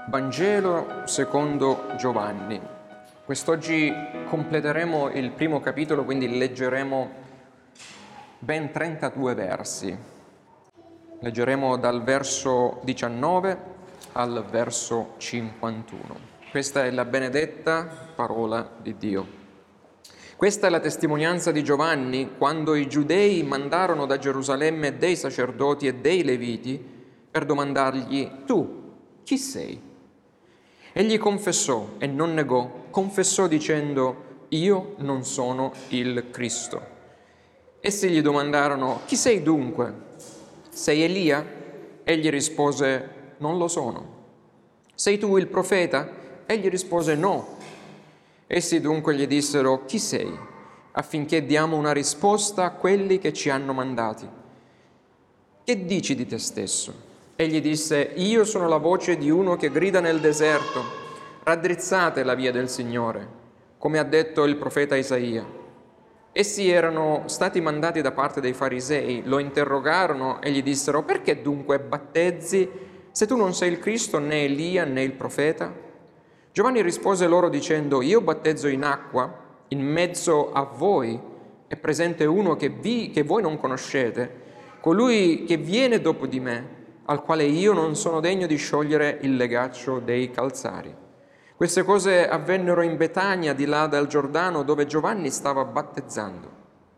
Vangelo secondo Giovanni. Quest'oggi completeremo il primo capitolo, quindi leggeremo ben 32 versi. Leggeremo dal verso 19 al verso 51. Questa è la benedetta parola di Dio. Questa è la testimonianza di Giovanni quando i giudei mandarono da Gerusalemme dei sacerdoti e dei leviti per domandargli: tu, chi sei? Egli confessò e non negò, confessò dicendo: io non sono il Cristo. Essi gli domandarono: chi sei dunque? Sei Elia? Egli rispose: non lo sono. Sei tu il profeta? Egli rispose: no. Essi dunque gli dissero: chi sei? Affinché diamo una risposta a quelli che ci hanno mandati. Che dici di te stesso? Egli disse: io sono la voce di uno che grida nel deserto: raddrizzate la via del Signore, come ha detto il profeta Isaia. Essi erano stati mandati da parte dei farisei, lo interrogarono e gli dissero: perché dunque battezzi se tu non sei il Cristo, né Elia, né il profeta? Giovanni rispose loro dicendo: io battezzo in acqua, in mezzo a voi è presente uno che voi non conoscete, colui che viene dopo di me, al quale io non sono degno di sciogliere il legaccio dei calzari. Queste cose avvennero in Betania, di là dal Giordano, dove Giovanni stava battezzando.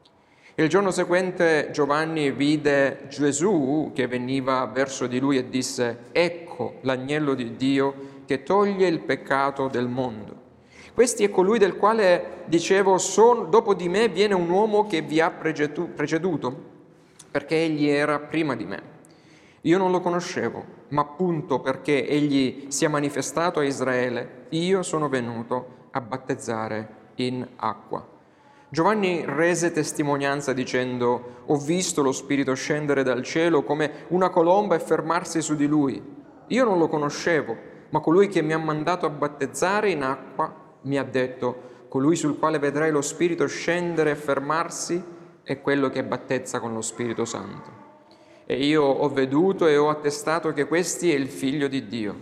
Il giorno seguente Giovanni vide Gesù che veniva verso di lui e disse: ecco l'agnello di Dio che toglie il peccato del mondo. Questi è colui del quale dicevo: dopo di me viene un uomo che vi ha preceduto, perché egli era prima di me. Io non lo conoscevo, ma appunto perché egli si è manifestato a Israele, io sono venuto a battezzare in acqua. Giovanni rese testimonianza dicendo: ho visto lo Spirito scendere dal cielo come una colomba e fermarsi su di lui. Io non lo conoscevo, ma colui che mi ha mandato a battezzare in acqua mi ha detto: colui sul quale vedrai lo Spirito scendere e fermarsi è quello che battezza con lo Spirito Santo. E io ho veduto e ho attestato che questi è il Figlio di Dio.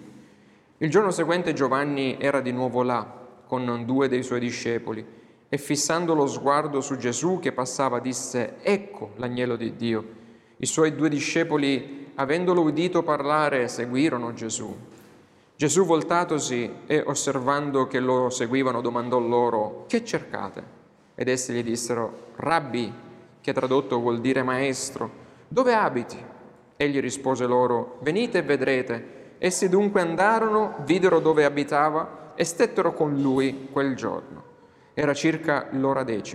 Il giorno seguente Giovanni era di nuovo là con 2 dei suoi discepoli e fissando lo sguardo su Gesù che passava disse: ecco l'agnello di Dio. I suoi 2 discepoli, avendolo udito parlare, seguirono Gesù. Gesù, voltatosi e osservando che lo seguivano, domandò loro: che cercate? Ed essi gli dissero: Rabbi, che tradotto vuol dire maestro, dove abiti? Egli rispose loro: venite e vedrete. Essi dunque andarono, videro dove abitava e stettero con lui quel giorno. Era circa l'ora 10.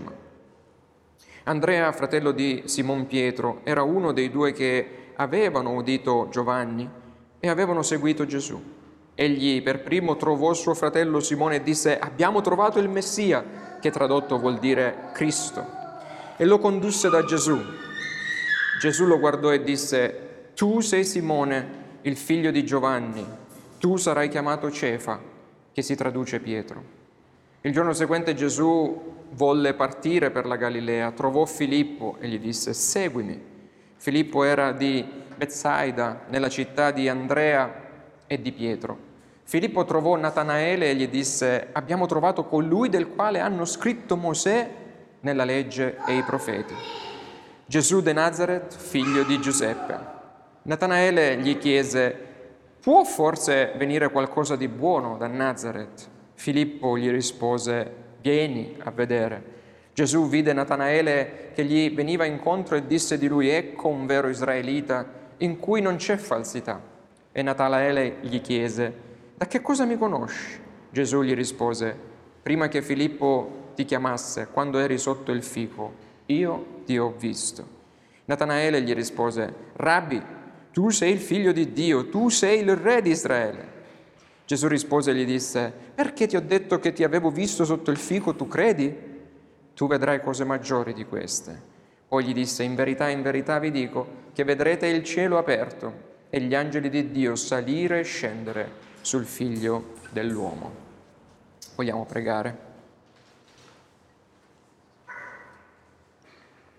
Andrea, fratello di Simon Pietro, era uno dei 2 che avevano udito Giovanni e avevano seguito Gesù. Egli per primo trovò suo fratello Simone e disse: abbiamo trovato il Messia, che tradotto vuol dire Cristo, e lo condusse da Gesù. Gesù lo guardò e disse: tu sei Simone, il figlio di Giovanni, tu sarai chiamato Cefa, che si traduce Pietro. Il giorno seguente Gesù volle partire per la Galilea, trovò Filippo e gli disse: seguimi. Filippo era di Betsaida, nella città di Andrea e di Pietro. Filippo trovò Natanaele e gli disse: abbiamo trovato colui del quale hanno scritto Mosè nella legge e i profeti, Gesù de Nazaret, figlio di Giuseppe. Natanaele gli chiese: può forse venire qualcosa di buono da Nazaret? Filippo gli rispose: vieni a vedere. Gesù vide Natanaele che gli veniva incontro e disse di lui: ecco un vero israelita in cui non c'è falsità. E Natanaele gli chiese: da che cosa mi conosci? Gesù gli rispose: prima che Filippo ti chiamasse, quando eri sotto il fico, io ti ho visto. Natanaele gli rispose: Rabbi, tu sei il figlio di Dio, tu sei il re di Israele. Gesù rispose e gli disse: perché ti ho detto che ti avevo visto sotto il fico, tu credi? Tu vedrai cose maggiori di queste. Poi gli disse: in verità vi dico che vedrete il cielo aperto e gli angeli di Dio salire e scendere sul figlio dell'uomo. Vogliamo pregare?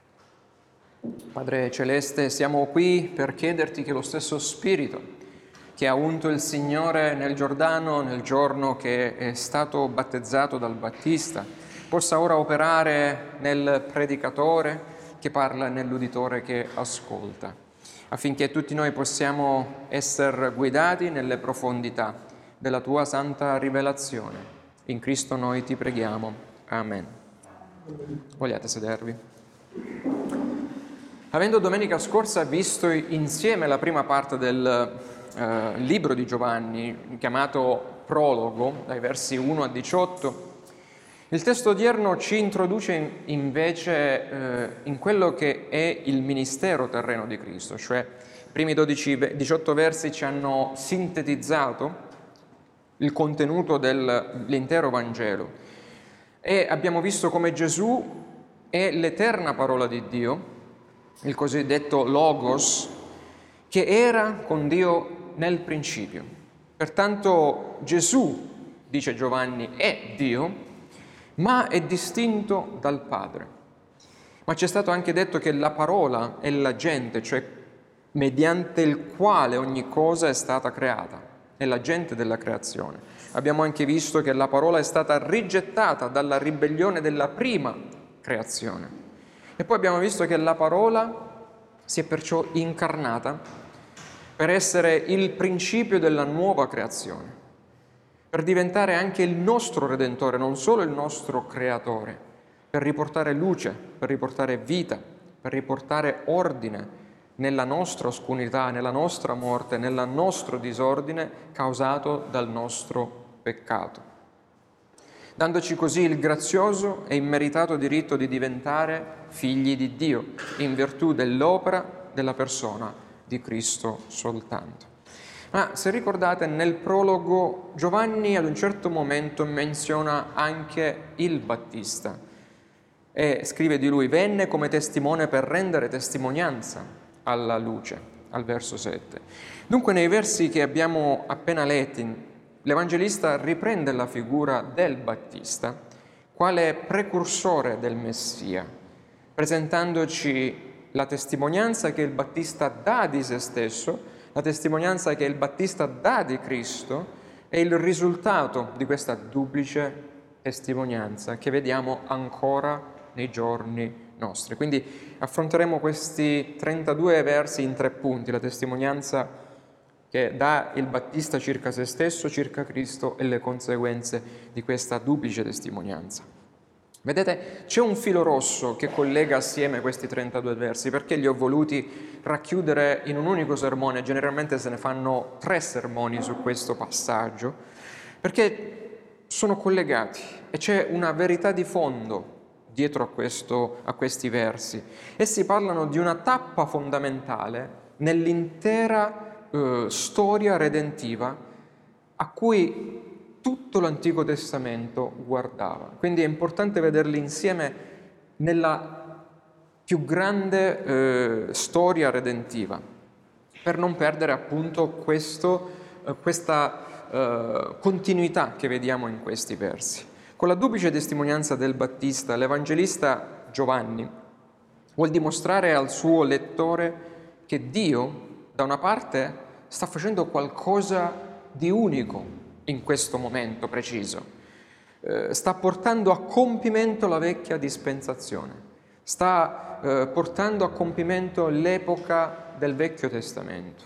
Padre Celeste, siamo qui per chiederti che lo stesso Spirito che ha unto il Signore nel Giordano nel giorno che è stato battezzato dal Battista, possa ora operare nel predicatore che parla e nell'uditore che ascolta, affinché tutti noi possiamo essere guidati nelle profondità della tua santa rivelazione. In Cristo noi ti preghiamo. Amen. Vogliate sedervi? Avendo domenica scorsa visto insieme la prima parte del libro di Giovanni, chiamato Prologo, dai versi 1 a 18, il testo odierno ci introduce invece in quello che è il ministero terreno di Cristo, cioè i primi 18 versi ci hanno sintetizzato il contenuto dell'intero Vangelo e abbiamo visto come Gesù è l'eterna parola di Dio, il cosiddetto Logos, che era con Dio nel principio. Pertanto Gesù, dice Giovanni, è Dio, ma è distinto dal Padre. Ma c'è stato anche detto che la parola è l'agente, cioè mediante il quale ogni cosa è stata creata, è l'agente della creazione. Abbiamo anche visto che la parola è stata rigettata dalla ribellione della prima creazione. E poi abbiamo visto che la parola si è perciò incarnata per essere il principio della nuova creazione, per diventare anche il nostro Redentore, non solo il nostro Creatore, per riportare luce, per riportare vita, per riportare ordine nella nostra oscurità, nella nostra morte, nel nostro disordine causato dal nostro peccato, dandoci così il grazioso e immeritato diritto di diventare figli di Dio, in virtù dell'opera della persona di Cristo soltanto. Ma se ricordate, nel prologo Giovanni ad un certo momento menziona anche il Battista e scrive di lui: venne come testimone per rendere testimonianza alla luce, al verso 7. Dunque nei versi che abbiamo appena letti, l'Evangelista riprende la figura del Battista quale precursore del Messia, presentandoci la testimonianza che il Battista dà di se stesso, la testimonianza che il Battista dà di Cristo e il risultato di questa duplice testimonianza che vediamo ancora nei giorni nostri. Quindi affronteremo questi 32 versi in 3 punti: la testimonianza che dà il Battista circa se stesso, circa Cristo e le conseguenze di questa duplice testimonianza. Vedete, c'è un filo rosso che collega assieme questi 32 versi, perché li ho voluti racchiudere in un unico sermone. Generalmente se ne fanno 3 sermoni su questo passaggio, perché sono collegati e c'è una verità di fondo dietro a questi versi. Essi parlano di una tappa fondamentale nell'intera storia redentiva a cui tutto l'Antico Testamento guardava. Quindi è importante vederli insieme nella più grande storia redentiva, per non perdere appunto questa continuità che vediamo in questi versi. Con la duplice testimonianza del Battista, l'Evangelista Giovanni vuol dimostrare al suo lettore che Dio, da una parte, sta facendo qualcosa di unico in questo momento preciso. Sta portando a compimento la vecchia dispensazione, sta portando a compimento l'epoca del Vecchio Testamento,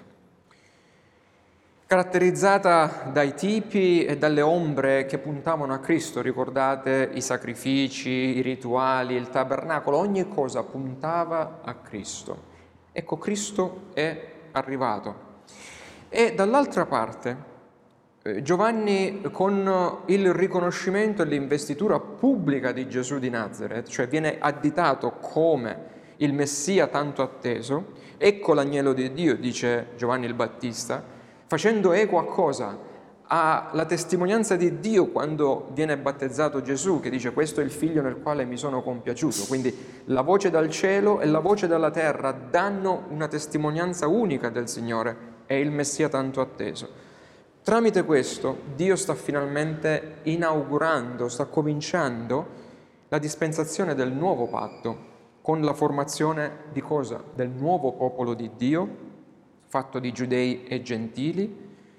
caratterizzata dai tipi e dalle ombre che puntavano a Cristo. Ricordate i sacrifici, i rituali, il tabernacolo, ogni cosa puntava a Cristo. Ecco, Cristo è arrivato. E dall'altra parte Giovanni, con il riconoscimento e l'investitura pubblica di Gesù di Nazaret, cioè viene additato come il Messia tanto atteso, ecco l'agnello di Dio, dice Giovanni il Battista, facendo eco a cosa? Alla testimonianza di Dio quando viene battezzato Gesù, che dice: questo è il figlio nel quale mi sono compiaciuto. Quindi la voce dal cielo e la voce dalla terra danno una testimonianza unica del Signore, è il Messia tanto atteso. Tramite questo Dio sta finalmente inaugurando, sta cominciando la dispensazione del nuovo patto con la formazione di cosa? Del nuovo popolo di Dio, fatto di giudei e gentili,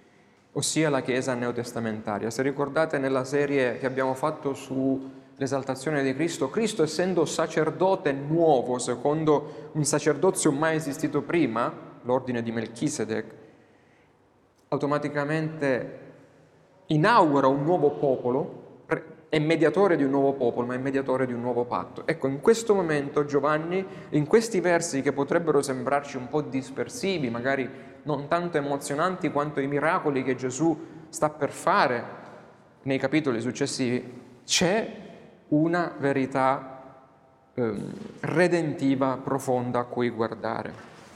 ossia la Chiesa neotestamentaria. Se ricordate nella serie che abbiamo fatto sull'esaltazione di Cristo, Cristo essendo sacerdote nuovo, secondo un sacerdozio mai esistito prima, l'ordine di Melchisedec, automaticamente inaugura un nuovo popolo, è mediatore di un nuovo popolo, ma è mediatore di un nuovo patto. Ecco, in questo momento Giovanni, in questi versi che potrebbero sembrarci un po' dispersivi, magari non tanto emozionanti quanto i miracoli che Gesù sta per fare nei capitoli successivi, c'è una verità redentiva profonda a cui guardare.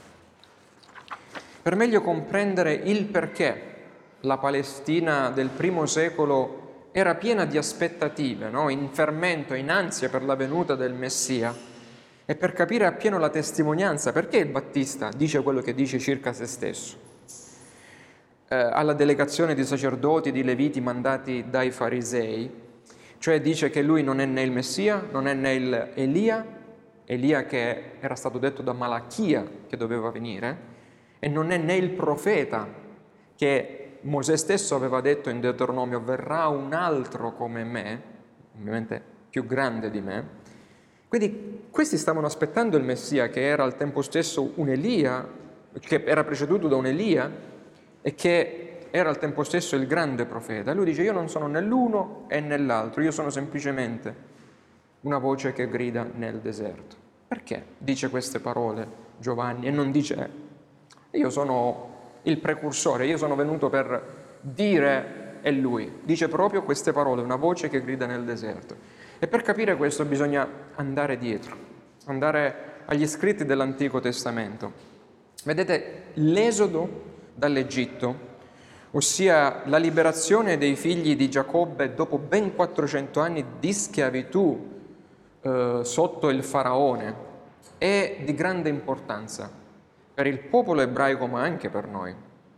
Per meglio comprendere il perché la Palestina del primo secolo era piena di aspettative, no? In fermento, in ansia per la venuta del Messia, e per capire appieno la testimonianza, perché il Battista dice quello che dice circa se stesso. Alla delegazione di sacerdoti, di leviti mandati dai farisei, cioè dice che lui non è né il Messia, non è né il Elia che era stato detto da Malachia che doveva venire, e non è né il profeta che Mosè stesso aveva detto in Deuteronomio: verrà un altro come me, ovviamente più grande di me. Quindi questi stavano aspettando il Messia, che era al tempo stesso un Elia, che era preceduto da un Elia e che era al tempo stesso il grande profeta. E lui dice: io non sono né l'uno e né l'altro, io sono semplicemente una voce che grida nel deserto. Perché dice queste parole Giovanni e non dice: io sono il precursore, io sono venuto per dire è lui? Dice proprio queste parole, una voce che grida nel deserto. E per capire questo bisogna andare dietro, andare agli scritti dell'Antico Testamento. Vedete, l'esodo dall'Egitto, ossia la liberazione dei figli di Giacobbe dopo ben 400 anni di schiavitù sotto il faraone, è di grande importanza per il popolo ebraico, ma anche per noi,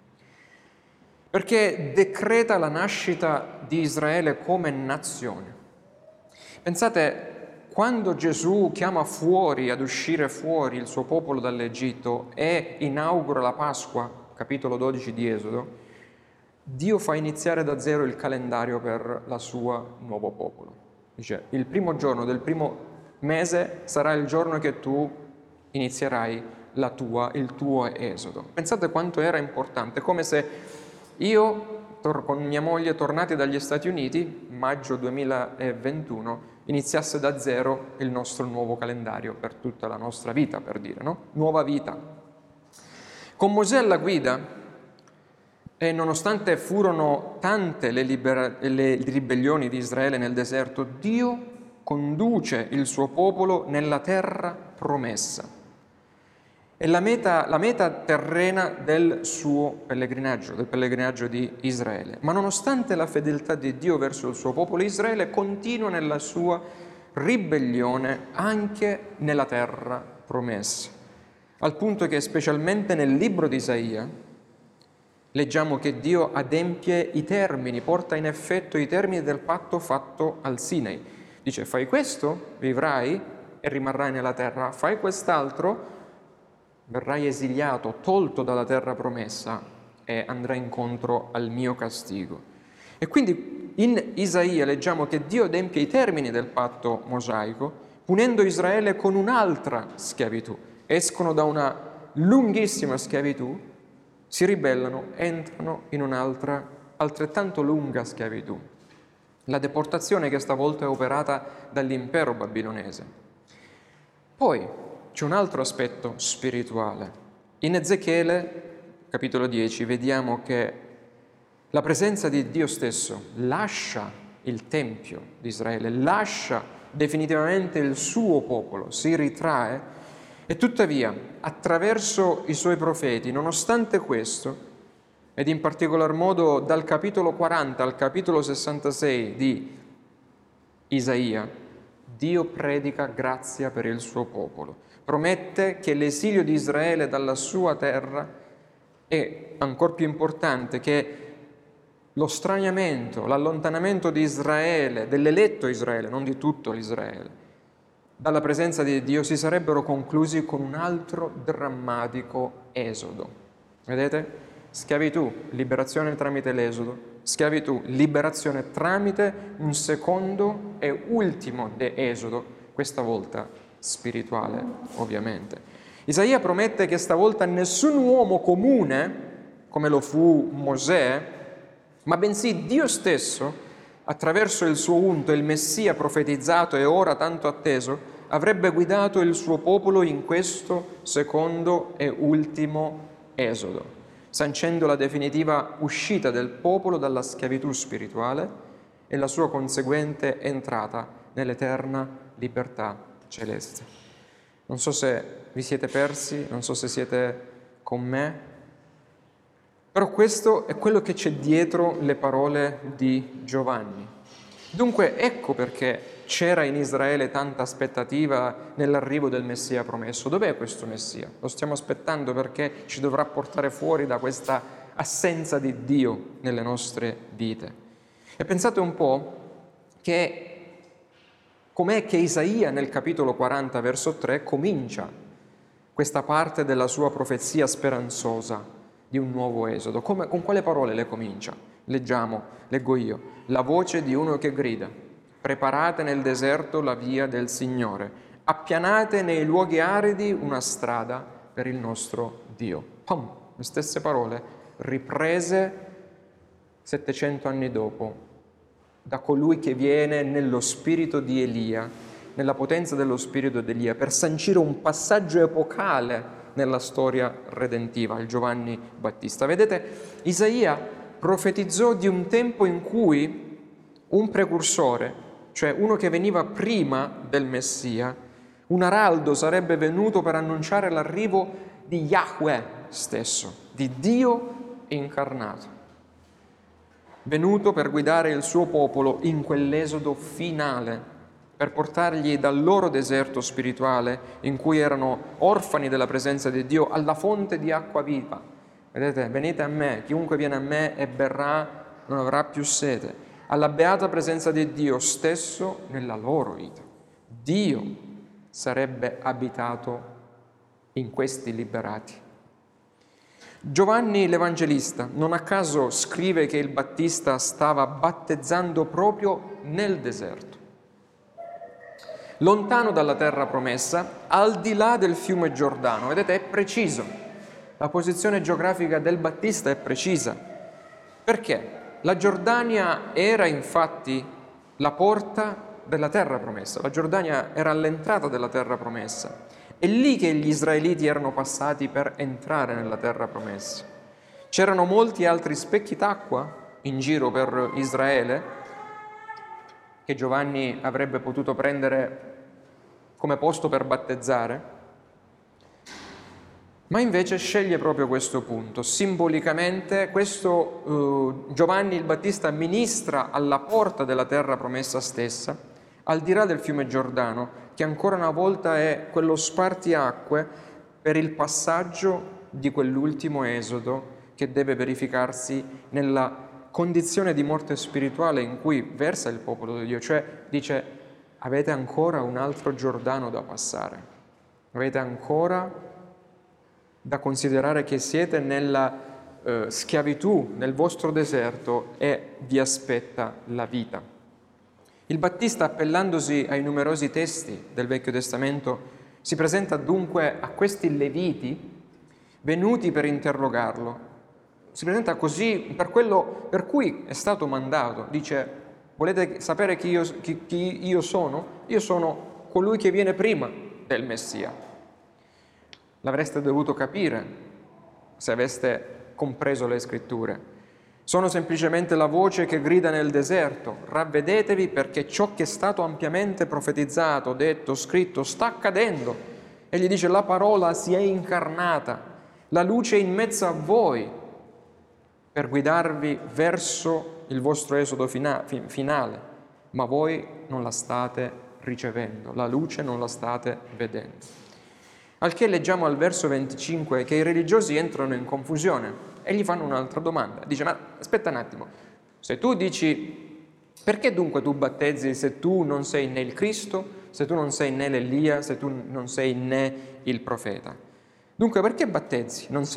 perché decreta la nascita di Israele come nazione. Pensate, quando Gesù chiama fuori, ad uscire fuori il suo popolo dall'Egitto e inaugura la Pasqua, capitolo 12 di Esodo, Dio fa iniziare da zero il calendario per la sua nuovo popolo. Dice: il primo giorno del primo mese sarà il giorno che tu inizierai il tuo esodo. Pensate quanto era importante, come se io con mia moglie, tornati dagli Stati Uniti, maggio 2021, iniziasse da zero il nostro nuovo calendario per tutta la nostra vita, per dire, no? Nuova vita. Con Mosè alla guida, e nonostante furono tante le ribellioni di Israele nel deserto, Dio conduce il suo popolo nella terra promessa. È la meta terrena del suo pellegrinaggio, del pellegrinaggio di Israele. Ma nonostante la fedeltà di Dio verso il suo popolo, Israele continua nella sua ribellione anche nella terra promessa, al punto che specialmente nel libro di Isaia leggiamo che Dio adempie i termini, porta in effetto i termini del patto fatto al Sinai. Dice: fai questo, vivrai e rimarrai nella terra, fai quest'altro, verrai esiliato, tolto dalla terra promessa e andrai incontro al mio castigo. E quindi in Isaia leggiamo che Dio adempie i termini del patto mosaico, punendo Israele con un'altra schiavitù. Escono da una lunghissima schiavitù, si ribellano, entrano in un'altra altrettanto lunga schiavitù. La deportazione che stavolta è operata dall'impero babilonese. Poi c'è un altro aspetto spirituale. In Ezechiele, capitolo 10, vediamo che la presenza di Dio stesso lascia il Tempio di Israele, lascia definitivamente il suo popolo, si ritrae, e tuttavia, attraverso i suoi profeti, nonostante questo, ed in particolar modo dal capitolo 40 al capitolo 66 di Isaia, Dio predica grazia per il suo popolo. Promette che l'esilio di Israele dalla sua terra è ancor più importante, che lo straniamento, l'allontanamento di Israele, dell'eletto Israele, non di tutto l'Israele, dalla presenza di Dio si sarebbero conclusi con un altro drammatico esodo. Vedete? Schiavitù, liberazione tramite l'Esodo, schiavitù, liberazione tramite un secondo e ultimo Esodo, questa volta spirituale, ovviamente. Isaia promette che stavolta nessun uomo comune, come lo fu Mosè, ma bensì Dio stesso, attraverso il suo unto, il Messia profetizzato e ora tanto atteso, avrebbe guidato il suo popolo in questo secondo e ultimo Esodo, sancendo la definitiva uscita del popolo dalla schiavitù spirituale e la sua conseguente entrata nell'eterna libertà celeste. Non so se vi siete persi, non so se siete con me, però questo è quello che c'è dietro le parole di Giovanni. Dunque ecco perché c'era in Israele tanta aspettativa nell'arrivo del Messia promesso. Dov'è questo Messia? Lo stiamo aspettando perché ci dovrà portare fuori da questa assenza di Dio nelle nostre vite. E pensate un po' che com'è che Isaia nel capitolo 40 verso 3 comincia questa parte della sua profezia speranzosa di un nuovo esodo. Con quale parole le comincia? Leggo io. La voce di uno che grida: preparate nel deserto la via del Signore, appianate nei luoghi aridi una strada per il nostro Dio. Pum! Le stesse parole riprese 700 anni dopo da colui che viene nello spirito di Elia, nella potenza dello spirito di Elia, per sancire un passaggio epocale nella storia redentiva, il Giovanni Battista. Vedete, Isaia profetizzò di un tempo in cui un precursore, cioè uno che veniva prima del Messia, un araldo sarebbe venuto per annunciare l'arrivo di Yahweh stesso, di Dio incarnato, venuto per guidare il suo popolo in quell'esodo finale, per portargli dal loro deserto spirituale, in cui erano orfani della presenza di Dio, alla fonte di acqua viva. Vedete, venite a me, chiunque viene a me e berrà non avrà più sete, alla beata presenza di Dio stesso nella loro vita. Dio sarebbe abitato in questi liberati. Giovanni l'Evangelista non a caso scrive che il Battista stava battezzando proprio nel deserto, lontano dalla terra promessa, al di là del fiume Giordano. Vedete, è preciso. La posizione geografica del Battista è precisa. Perché? La Giordania era infatti la porta della terra promessa. La Giordania era all'entrata della terra promessa. È lì che gli israeliti erano passati per entrare nella terra promessa. C'erano molti altri specchi d'acqua in giro per Israele che Giovanni avrebbe potuto prendere come posto per battezzare, ma invece sceglie proprio questo punto. Simbolicamente Giovanni il Battista ministra alla porta della terra promessa stessa, al di là del fiume Giordano, che ancora una volta è quello spartiacque per il passaggio di quell'ultimo esodo che deve verificarsi nella condizione di morte spirituale in cui versa il popolo di Dio, cioè dice: avete ancora un altro Giordano da passare, avete ancora da considerare che siete nella schiavitù, nel vostro deserto, e vi aspetta la vita. Il Battista, appellandosi ai numerosi testi del Vecchio Testamento, si presenta dunque a questi leviti venuti per interrogarlo. Si presenta così per quello per cui è stato mandato. Dice: volete sapere chi io sono? Io sono colui che viene prima del Messia. L'avreste dovuto capire se aveste compreso le Scritture. Sono semplicemente la voce che grida nel deserto: ravvedetevi, perché ciò che è stato ampiamente profetizzato, detto, scritto, sta accadendo. E gli dice: la parola si è incarnata, la luce è in mezzo a voi, per guidarvi verso il vostro esodo finale, ma voi non la state ricevendo, la luce non la state vedendo. Al che leggiamo al verso 25 che i religiosi entrano in confusione e gli fanno un'altra domanda. Dice: ma aspetta un attimo, se tu dici, perché dunque tu battezzi se tu non sei né il Cristo, se tu non sei né l'Elia, se tu non sei né il profeta? Dunque perché battezzi? Non sei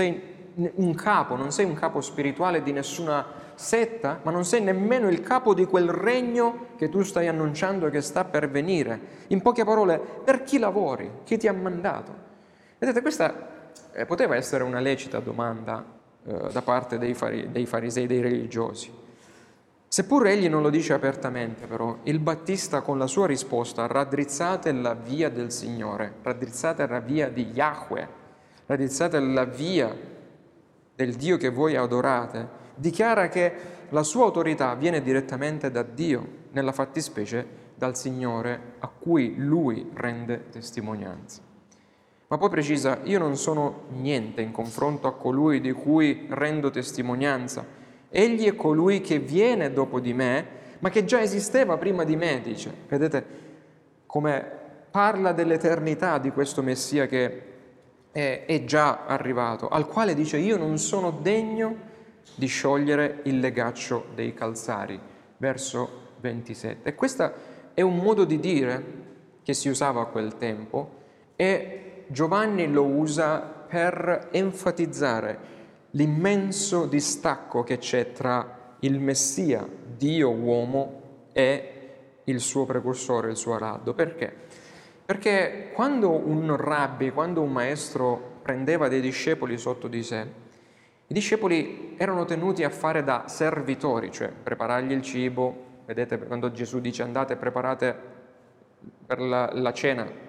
un capo, non sei un capo spirituale di nessuna setta, ma non sei nemmeno il capo di quel regno che tu stai annunciando che sta per venire. In poche parole, per chi lavori? Chi ti ha mandato? Vedete, questa poteva essere una lecita domanda da parte dei farisei, dei religiosi. Seppur egli non lo dice apertamente, però, il Battista con la sua risposta: raddrizzate la via del Signore, raddrizzate la via di Yahweh, raddrizzate la via del Dio che voi adorate, dichiara che la sua autorità viene direttamente da Dio, nella fattispecie dal Signore a cui Lui rende testimonianza. Ma poi precisa: io non sono niente in confronto a colui di cui rendo testimonianza. Egli è colui che viene dopo di me, ma che già esisteva prima di me, dice. Vedete come parla dell'eternità di questo Messia che è già arrivato, al quale dice: io non sono degno di sciogliere il legaccio dei calzari. Verso 27. E questo è un modo di dire che si usava a quel tempo e Giovanni lo usa per enfatizzare l'immenso distacco che c'è tra il Messia, Dio uomo, e il suo precursore, il suo araldo. Perché? Perché quando un rabbi, quando un maestro prendeva dei discepoli sotto di sé, i discepoli erano tenuti a fare da servitori, cioè preparargli il cibo. Vedete quando Gesù dice: andate e preparate per la cena,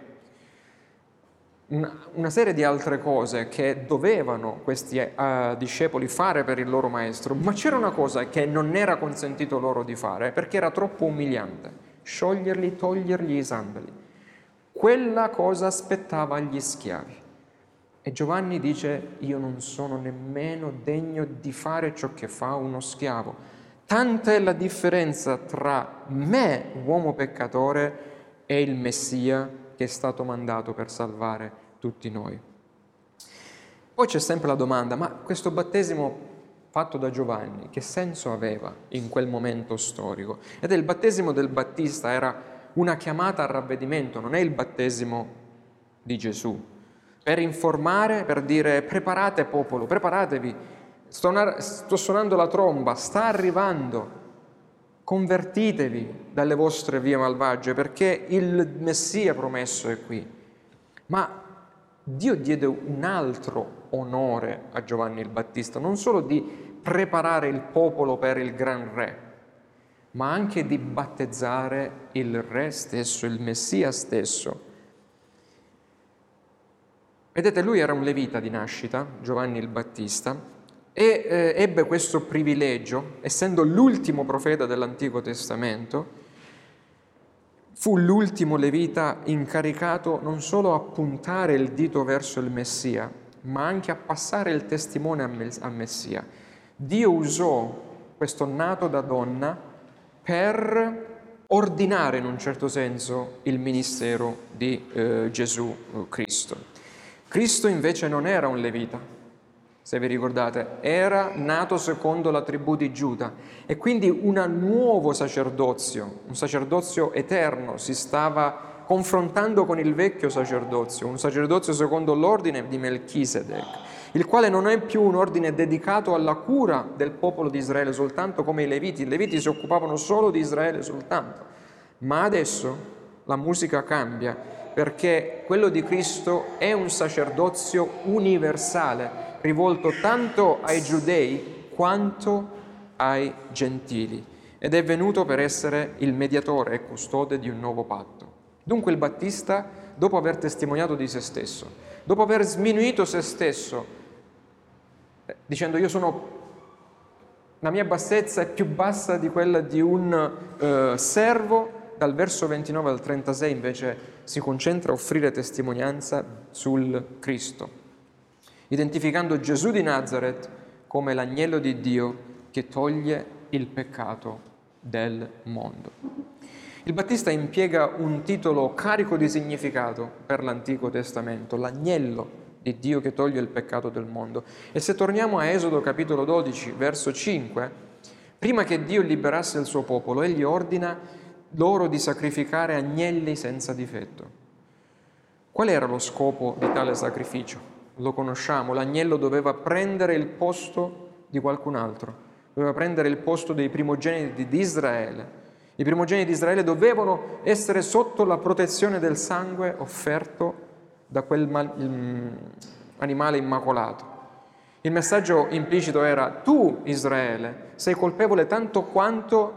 una serie di altre cose che dovevano questi discepoli fare per il loro maestro, ma c'era una cosa che non era consentito loro di fare perché era troppo umiliante: scioglierli, togliergli i sandali. Quella cosa aspettava gli schiavi. E Giovanni dice: io non sono nemmeno degno di fare ciò che fa uno schiavo. Tanta è la differenza tra me, uomo peccatore, e il Messia che è stato mandato per salvare tutti noi. Poi c'è sempre la domanda: ma questo battesimo fatto da Giovanni, che senso aveva in quel momento storico? Ed è il battesimo del Battista, era una chiamata al ravvedimento, non è il battesimo di Gesù. Per informare, per dire: preparate popolo, preparatevi, sto suonando la tromba, sta arrivando, convertitevi dalle vostre vie malvagie perché il Messia promesso è qui. Ma Dio diede un altro onore a Giovanni il Battista, non solo di preparare il popolo per il gran re, ma anche di battezzare il re stesso, il Messia stesso. Vedete, lui era un levita di nascita, Giovanni il Battista, e ebbe questo privilegio, essendo l'ultimo profeta dell'Antico Testamento. Fu l'ultimo levita incaricato non solo a puntare il dito verso il Messia, ma anche a passare il testimone a Messia. Dio usò questo nato da donna per ordinare in un certo senso il ministero di Gesù Cristo. Cristo invece non era un levita, se vi ricordate, era nato secondo la tribù di Giuda e quindi un nuovo sacerdozio, un sacerdozio eterno, si stava confrontando con il vecchio sacerdozio, un sacerdozio secondo l'ordine di Melchisedec, il quale non è più un ordine dedicato alla cura del popolo di Israele soltanto come i Leviti. I Leviti si occupavano solo di Israele soltanto, ma adesso la musica cambia perché quello di Cristo è un sacerdozio universale, rivolto tanto ai giudei quanto ai gentili, ed è venuto per essere il mediatore e custode di un nuovo patto. Dunque il Battista, dopo aver testimoniato di se stesso, dopo aver sminuito se stesso, dicendo: la mia bassezza è più bassa di quella di un servo, dal verso 29 al 36 invece si concentra a offrire testimonianza sul Cristo, identificando Gesù di Nazaret come l'agnello di Dio che toglie il peccato del mondo. Il Battista impiega un titolo carico di significato per l'Antico Testamento: l'agnello di Dio che toglie il peccato del mondo. E se torniamo a Esodo capitolo 12, verso 5, prima che Dio liberasse il suo popolo, egli ordina loro di sacrificare agnelli senza difetto. Qual era lo scopo di tale sacrificio? lo conosciamo, l'agnello doveva prendere il posto di qualcun altro, doveva prendere il posto dei primogeniti di Israele. I primogeniti di Israele dovevano essere sotto la protezione del sangue offerto da quel animale immacolato. Il messaggio implicito era: tu, Israele, sei colpevole tanto quanto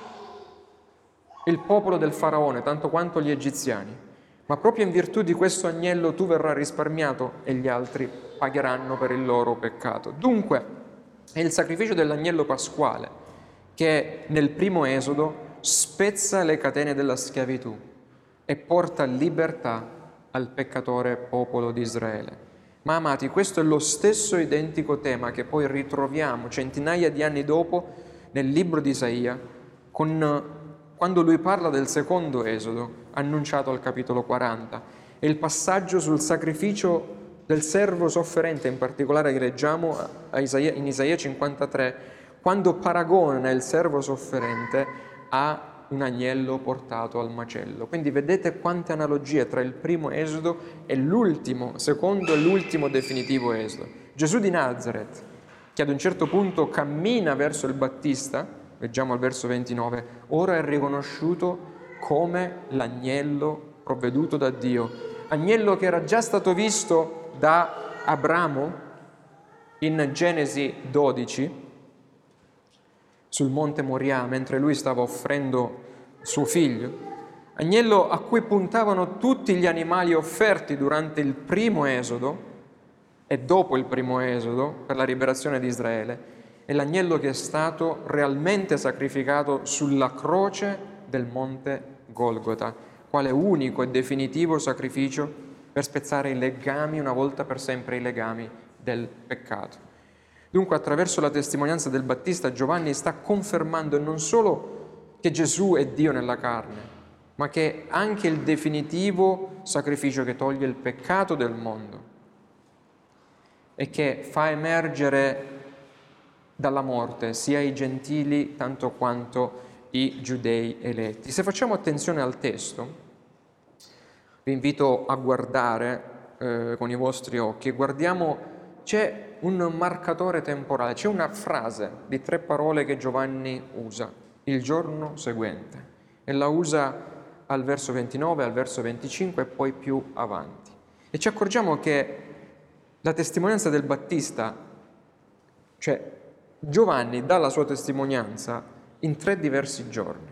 il popolo del faraone, tanto quanto gli egiziani, ma proprio in virtù di questo agnello tu verrai risparmiato e gli altri pagheranno per il loro peccato. Dunque, è il sacrificio dell'agnello pasquale che nel primo Esodo spezza le catene della schiavitù e porta libertà al peccatore popolo di Israele. Ma amati, questo è lo stesso identico tema che poi ritroviamo centinaia di anni dopo nel libro di Isaia, quando lui parla del secondo Esodo, annunciato al capitolo 40. È il passaggio sul sacrificio del servo sofferente, in particolare che leggiamo in Isaia 53, quando paragona il servo sofferente a un agnello portato al macello. Quindi vedete quante analogie tra il primo Esodo e l'ultimo, secondo e l'ultimo definitivo Esodo. Gesù di Nazaret, che ad un certo punto cammina verso il Battista, leggiamo al verso 29, ora è riconosciuto come l'agnello provveduto da Dio, agnello che era già stato visto da Abramo in Genesi 12, sul monte Moria, mentre lui stava offrendo suo figlio, agnello a cui puntavano tutti gli animali offerti durante il primo Esodo e dopo il primo Esodo per la liberazione di Israele, è l'agnello che è stato realmente sacrificato sulla croce del monte Golgota, quale unico e definitivo sacrificio per spezzare i legami, una volta per sempre i legami del peccato. Dunque, attraverso la testimonianza del Battista, Giovanni sta confermando non solo che Gesù è Dio nella carne, ma che è anche il definitivo sacrificio che toglie il peccato del mondo e che fa emergere dalla morte sia i gentili tanto quanto i giudei eletti. Se facciamo attenzione al testo, vi invito a guardare con i vostri occhi, guardiamo, c'è un marcatore temporale, c'è una frase di 3 parole che Giovanni usa, il giorno seguente, e la usa al verso 29, al verso 25 e poi più avanti. E ci accorgiamo che la testimonianza del Battista, cioè Giovanni dà la sua testimonianza in 3 diversi giorni.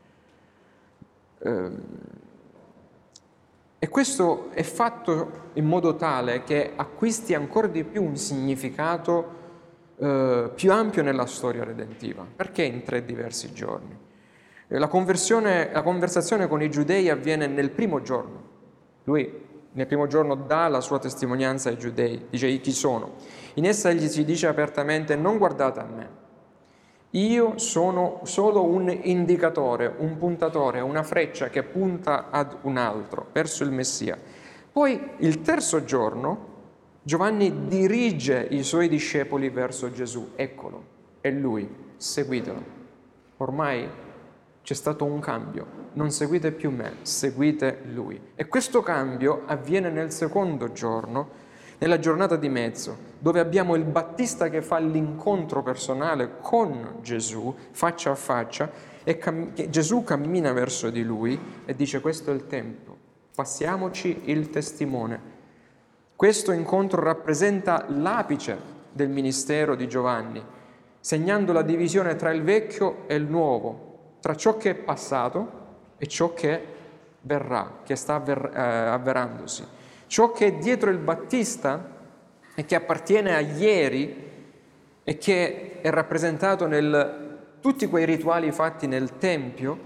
E questo è fatto in modo tale che acquisti ancora di più un significato più ampio nella storia redentiva. Perché in 3 diversi giorni? La conversazione con i giudei avviene nel primo giorno. Lui nel primo giorno dà la sua testimonianza ai giudei, dice: chi sono? In essa egli si dice apertamente: non guardate a me, io sono solo un indicatore, un puntatore, una freccia che punta ad un altro, verso il Messia. Poi il terzo giorno Giovanni dirige i suoi discepoli verso Gesù. Eccolo, è lui, seguitelo. Ormai c'è stato un cambio, non seguite più me, seguite lui. E questo cambio avviene nel secondo giorno, nella giornata di mezzo, dove abbiamo il Battista che fa l'incontro personale con Gesù, faccia a faccia, e Gesù cammina verso di lui e dice: questo è il tempo, passiamoci il testimone. Questo incontro rappresenta l'apice del ministero di Giovanni, segnando la divisione tra il vecchio e il nuovo, tra ciò che è passato e ciò che verrà, che sta avverandosi. Ciò che è dietro il Battista e che appartiene a ieri e che è rappresentato tutti quei rituali fatti nel Tempio,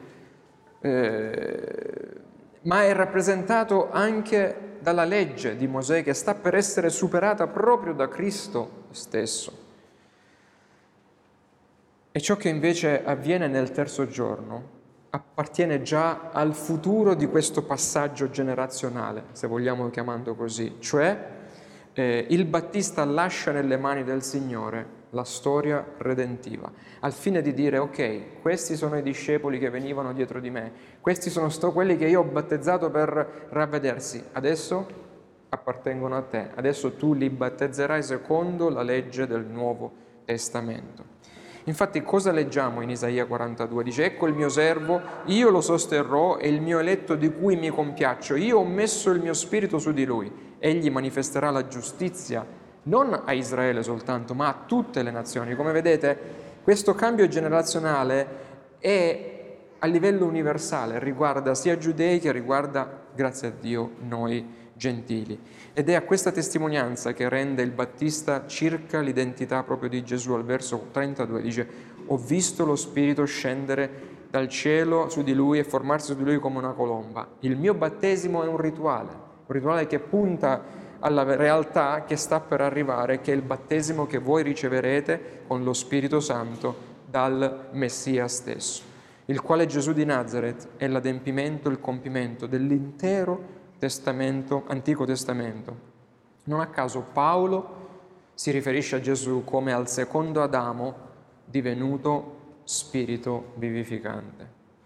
ma è rappresentato anche dalla legge di Mosè che sta per essere superata proprio da Cristo stesso. E ciò che invece avviene nel terzo giorno appartiene già al futuro di questo passaggio generazionale, se vogliamo chiamarlo così, cioè il Battista lascia nelle mani del Signore la storia redentiva, al fine di dire: ok, questi sono i discepoli che venivano dietro di me, questi sono quelli che io ho battezzato per ravvedersi, adesso appartengono a te. Adesso tu li battezzerai secondo la legge del Nuovo Testamento. Infatti cosa leggiamo in Isaia 42? Dice: ecco il mio servo, io lo sosterrò, e il mio eletto di cui mi compiaccio. Io ho messo il mio spirito su di lui. Egli manifesterà la giustizia non a Israele soltanto, ma a tutte le nazioni. Come vedete, questo cambio generazionale è a livello universale, riguarda sia giudei che riguarda, grazie a Dio, noi gentili. Ed è a questa testimonianza che rende il Battista circa l'identità proprio di Gesù. Al verso 32 dice: ho visto lo Spirito scendere dal cielo su di lui e formarsi su di lui come una colomba. Il mio battesimo è un rituale che punta alla realtà che sta per arrivare, che è il battesimo che voi riceverete con lo Spirito Santo dal Messia stesso, il quale Gesù di Nazaret è l'adempimento, il compimento dell'intero Antico Testamento. Non a caso Paolo si riferisce a Gesù come al secondo Adamo divenuto spirito vivificante.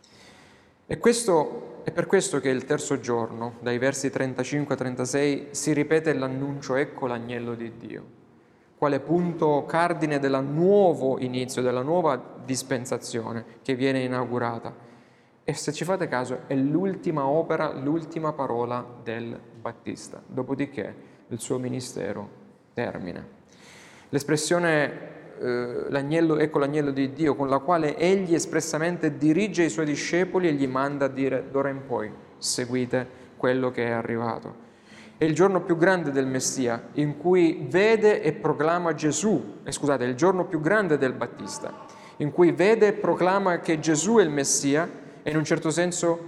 E questo è per questo che il terzo giorno, dai versi 35 a 36, si ripete l'annuncio: ecco l'agnello di Dio, quale punto cardine del nuovo inizio, della nuova dispensazione che viene inaugurata. E se ci fate caso, è l'ultima opera, l'ultima parola del Battista. Dopodiché il suo ministero termina. L'espressione ecco l'agnello di Dio, con la quale egli espressamente dirige i suoi discepoli e gli manda a dire: d'ora in poi seguite quello che è arrivato. È il giorno più grande del Messia, in cui vede e proclama Gesù, è il giorno più grande del Battista, in cui vede e proclama che Gesù è il Messia. E in un certo senso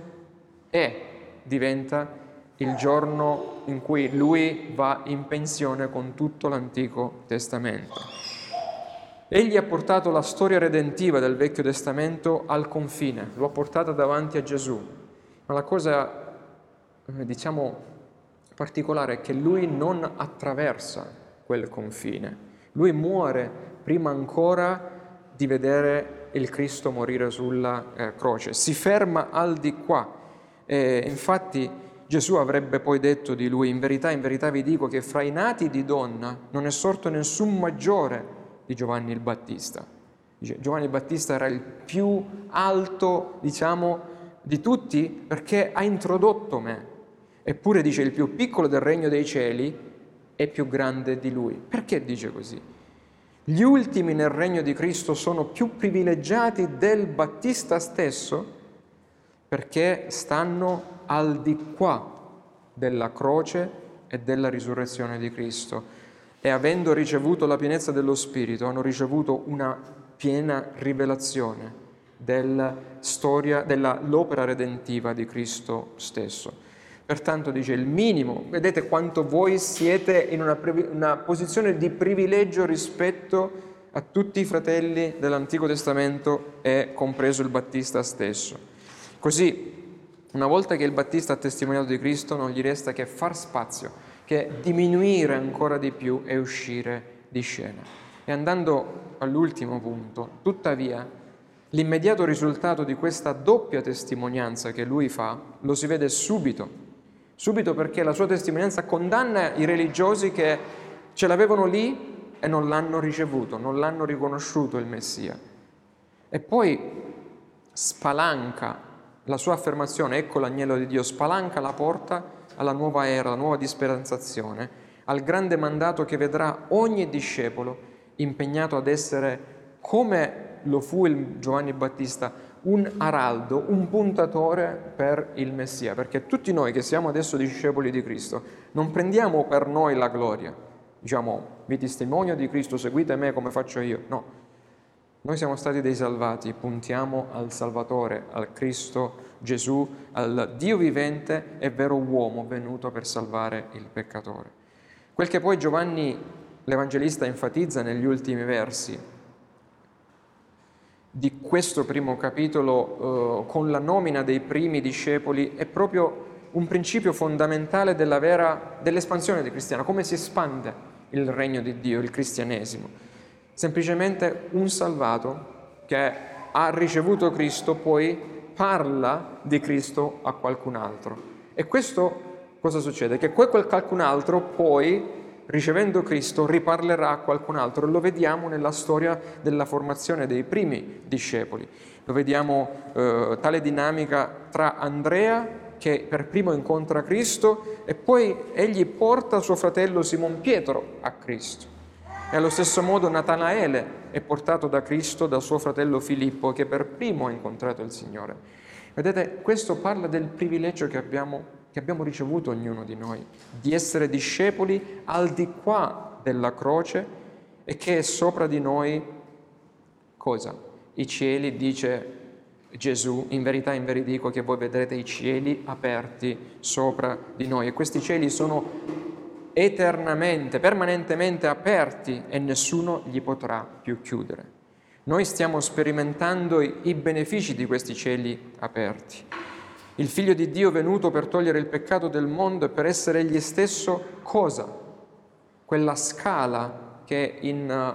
diventa il giorno in cui lui va in pensione con tutto l'Antico Testamento. Egli ha portato la storia redentiva del Vecchio Testamento al confine, lo ha portata davanti a Gesù. Ma la cosa, particolare è che lui non attraversa quel confine. Lui muore prima ancora di vedere il Cristo morire sulla croce, si ferma al di qua. Infatti Gesù avrebbe poi detto di lui: in verità vi dico che fra i nati di donna non è sorto nessun maggiore di Giovanni il Battista. Dice, Giovanni il Battista era il più alto, di tutti, perché ha introdotto me. Eppure dice: il più piccolo del regno dei cieli è più grande di lui. Perché dice così? Gli ultimi nel regno di Cristo sono più privilegiati del Battista stesso perché stanno al di qua della croce e della risurrezione di Cristo, e avendo ricevuto la pienezza dello Spirito hanno ricevuto una piena rivelazione della storia, dell'opera redentiva di Cristo stesso. Pertanto dice il minimo, vedete quanto voi siete in una posizione di privilegio rispetto a tutti i fratelli dell'Antico Testamento e compreso il Battista stesso. Così, una volta che il Battista ha testimoniato di Cristo, non gli resta che far spazio, che diminuire ancora di più e uscire di scena. E andando all'ultimo punto, tuttavia, l'immediato risultato di questa doppia testimonianza che lui fa lo si vede subito perché la sua testimonianza condanna i religiosi che ce l'avevano lì e non l'hanno ricevuto, non l'hanno riconosciuto il Messia. E poi spalanca la sua affermazione, ecco l'agnello di Dio, spalanca la porta alla nuova era, alla nuova dispensazione, al grande mandato che vedrà ogni discepolo impegnato ad essere, come lo fu il Giovanni Battista, un araldo, un puntatore per il Messia, perché tutti noi che siamo adesso discepoli di Cristo non prendiamo per noi la gloria, vi testimonio di Cristo, seguite me come faccio io, no, noi siamo stati dei salvati, puntiamo al Salvatore, al Cristo Gesù, al Dio vivente e vero uomo venuto per salvare il peccatore. Quel che poi Giovanni l'Evangelista enfatizza negli ultimi versi di questo primo capitolo, con la nomina dei primi discepoli, è proprio un principio fondamentale dell'espansione del cristiano, come si espande il regno di Dio, il cristianesimo. Semplicemente un salvato che ha ricevuto Cristo poi parla di Cristo a qualcun altro. E questo cosa succede? Che qualcun altro poi, ricevendo Cristo, riparlerà a qualcun altro. Lo vediamo nella storia della formazione dei primi discepoli. Lo vediamo tale dinamica tra Andrea, che per primo incontra Cristo, e poi egli porta suo fratello Simon Pietro a Cristo. E allo stesso modo Natanaele è portato da Cristo da suo fratello Filippo, che per primo ha incontrato il Signore. Vedete, questo parla del privilegio che abbiamo ricevuto ognuno di noi, di essere discepoli al di qua della croce, e che è sopra di noi cosa? I cieli, dice Gesù, in verità dico che voi vedrete i cieli aperti sopra di noi, e questi cieli sono eternamente, permanentemente aperti e nessuno li potrà più chiudere. Noi stiamo sperimentando i benefici di questi cieli aperti. Il Figlio di Dio venuto per togliere il peccato del mondo e per essere egli stesso cosa? Quella scala che in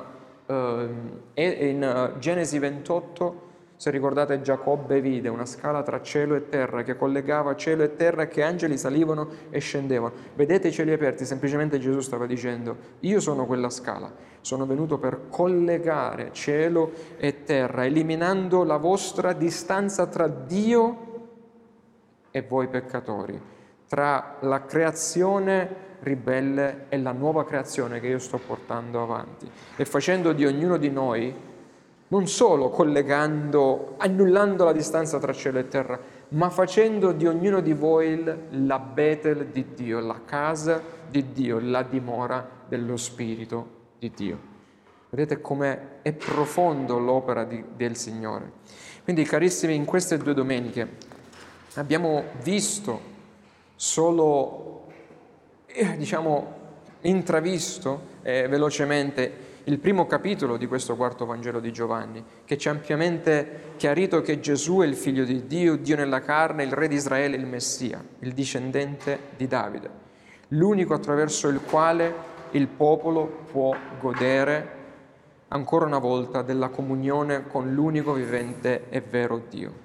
Genesi 28, se ricordate, Giacobbe vide una scala tra cielo e terra che collegava cielo e terra, che angeli salivano e scendevano. Vedete i cieli aperti? Semplicemente Gesù stava dicendo: io sono quella scala, sono venuto per collegare cielo e terra, eliminando la vostra distanza tra Dio e voi peccatori, tra la creazione ribelle e la nuova creazione che io sto portando avanti, e facendo di ognuno di noi, non solo annullando la distanza tra cielo e terra, ma facendo di ognuno di voi la Betel di Dio, la casa di Dio, la dimora dello Spirito di Dio. Vedete come è profondo l'opera del Signore. Quindi, carissimi, in queste 2 domeniche abbiamo visto solo, intravisto velocemente il primo capitolo di questo 4° Vangelo di Giovanni, che ci ha ampiamente chiarito che Gesù è il Figlio di Dio, Dio nella carne, il Re di Israele, il Messia, il discendente di Davide, l'unico attraverso il quale il popolo può godere ancora una volta della comunione con l'unico vivente e vero Dio.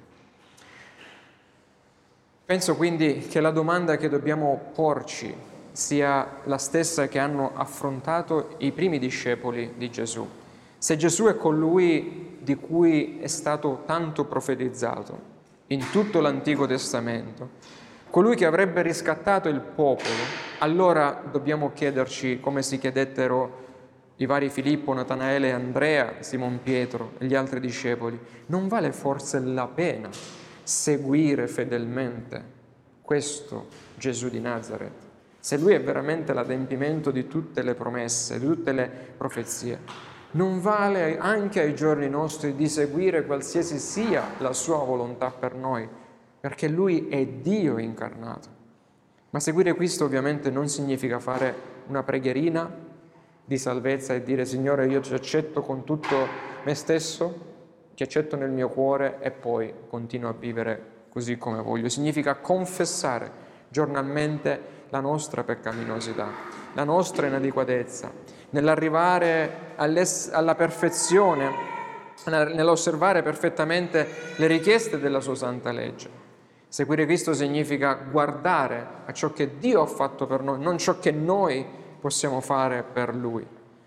Penso quindi che la domanda che dobbiamo porci sia la stessa che hanno affrontato i primi discepoli di Gesù. Se Gesù è colui di cui è stato tanto profetizzato in tutto l'Antico Testamento, colui che avrebbe riscattato il popolo, allora dobbiamo chiederci, come si chiedettero i vari Filippo, Natanaele, Andrea, Simon Pietro e gli altri discepoli: non vale forse la pena seguire fedelmente questo Gesù di Nazaret? Se lui è veramente l'adempimento di tutte le promesse, di tutte le profezie, non vale anche ai giorni nostri di seguire qualsiasi sia la sua volontà per noi, perché lui è Dio incarnato. Ma seguire Cristo ovviamente non significa fare una preghierina di salvezza e dire: Signore, io ti accetto con tutto me stesso, ti accetto nel mio cuore e poi continuo a vivere così come voglio. Significa confessare giornalmente la nostra peccaminosità, la nostra inadeguatezza, nell'arrivare alla perfezione, nell'osservare perfettamente le richieste della sua santa legge. Seguire Cristo significa guardare a ciò che Dio ha fatto per noi, non ciò che noi possiamo fare per Lui.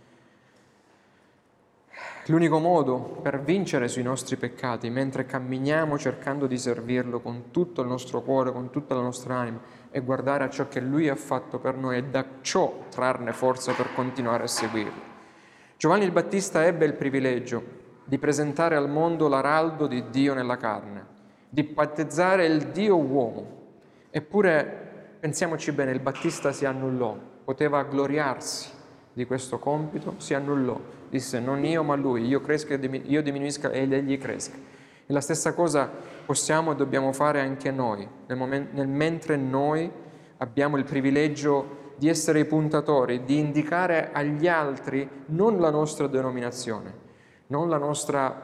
L'unico modo per vincere sui nostri peccati, mentre camminiamo cercando di servirlo con tutto il nostro cuore, con tutta la nostra anima, è guardare a ciò che Lui ha fatto per noi e da ciò trarne forza per continuare a seguirlo. Giovanni il Battista ebbe il privilegio di presentare al mondo l'araldo di Dio nella carne, di battezzare il Dio uomo. Eppure, pensiamoci bene, il Battista si annullò, poteva gloriarsi di questo compito, si annullò, disse: non io ma lui, io cresca, io diminuisca ed egli cresca. E la stessa cosa possiamo e dobbiamo fare anche noi, mentre noi abbiamo il privilegio di essere i puntatori, di indicare agli altri non la nostra denominazione, non la nostra,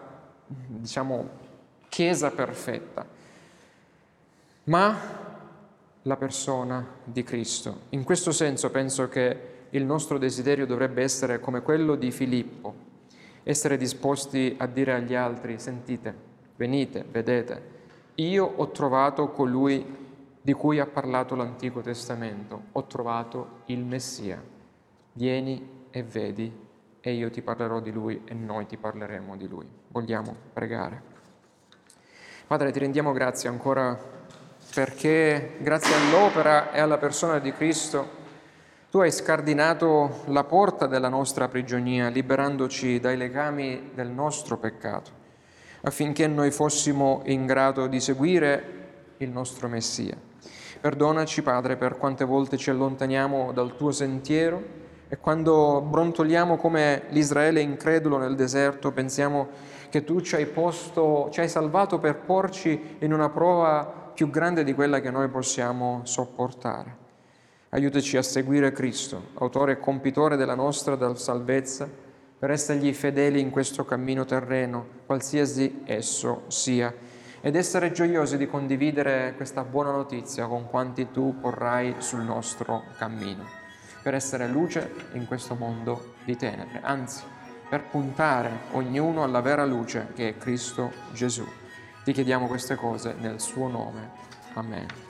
chiesa perfetta, ma la persona di Cristo. In questo senso penso che il nostro desiderio dovrebbe essere come quello di Filippo, essere disposti a dire agli altri: sentite, venite, vedete, io ho trovato colui di cui ha parlato l'Antico Testamento. Ho trovato il Messia. Vieni e vedi, e io ti parlerò di Lui e noi ti parleremo di Lui. Vogliamo pregare. Padre, ti rendiamo grazie ancora perché, grazie all'opera e alla persona di Cristo, tu hai scardinato la porta della nostra prigionia, liberandoci dai legami del nostro peccato, affinché noi fossimo in grado di seguire il nostro Messia. Perdonaci, Padre, per quante volte ci allontaniamo dal tuo sentiero e quando brontoliamo come l'Israele incredulo nel deserto, pensiamo che tu ci hai salvato per porci in una prova più grande di quella che noi possiamo sopportare. Aiutaci a seguire Cristo, autore e compitore della nostra salvezza, per essergli fedeli in questo cammino terreno, qualsiasi esso sia, ed essere gioiosi di condividere questa buona notizia con quanti tu porrai sul nostro cammino, per essere luce in questo mondo di tenebre, anzi, per puntare ognuno alla vera luce che è Cristo Gesù. Ti chiediamo queste cose nel suo nome. Amen.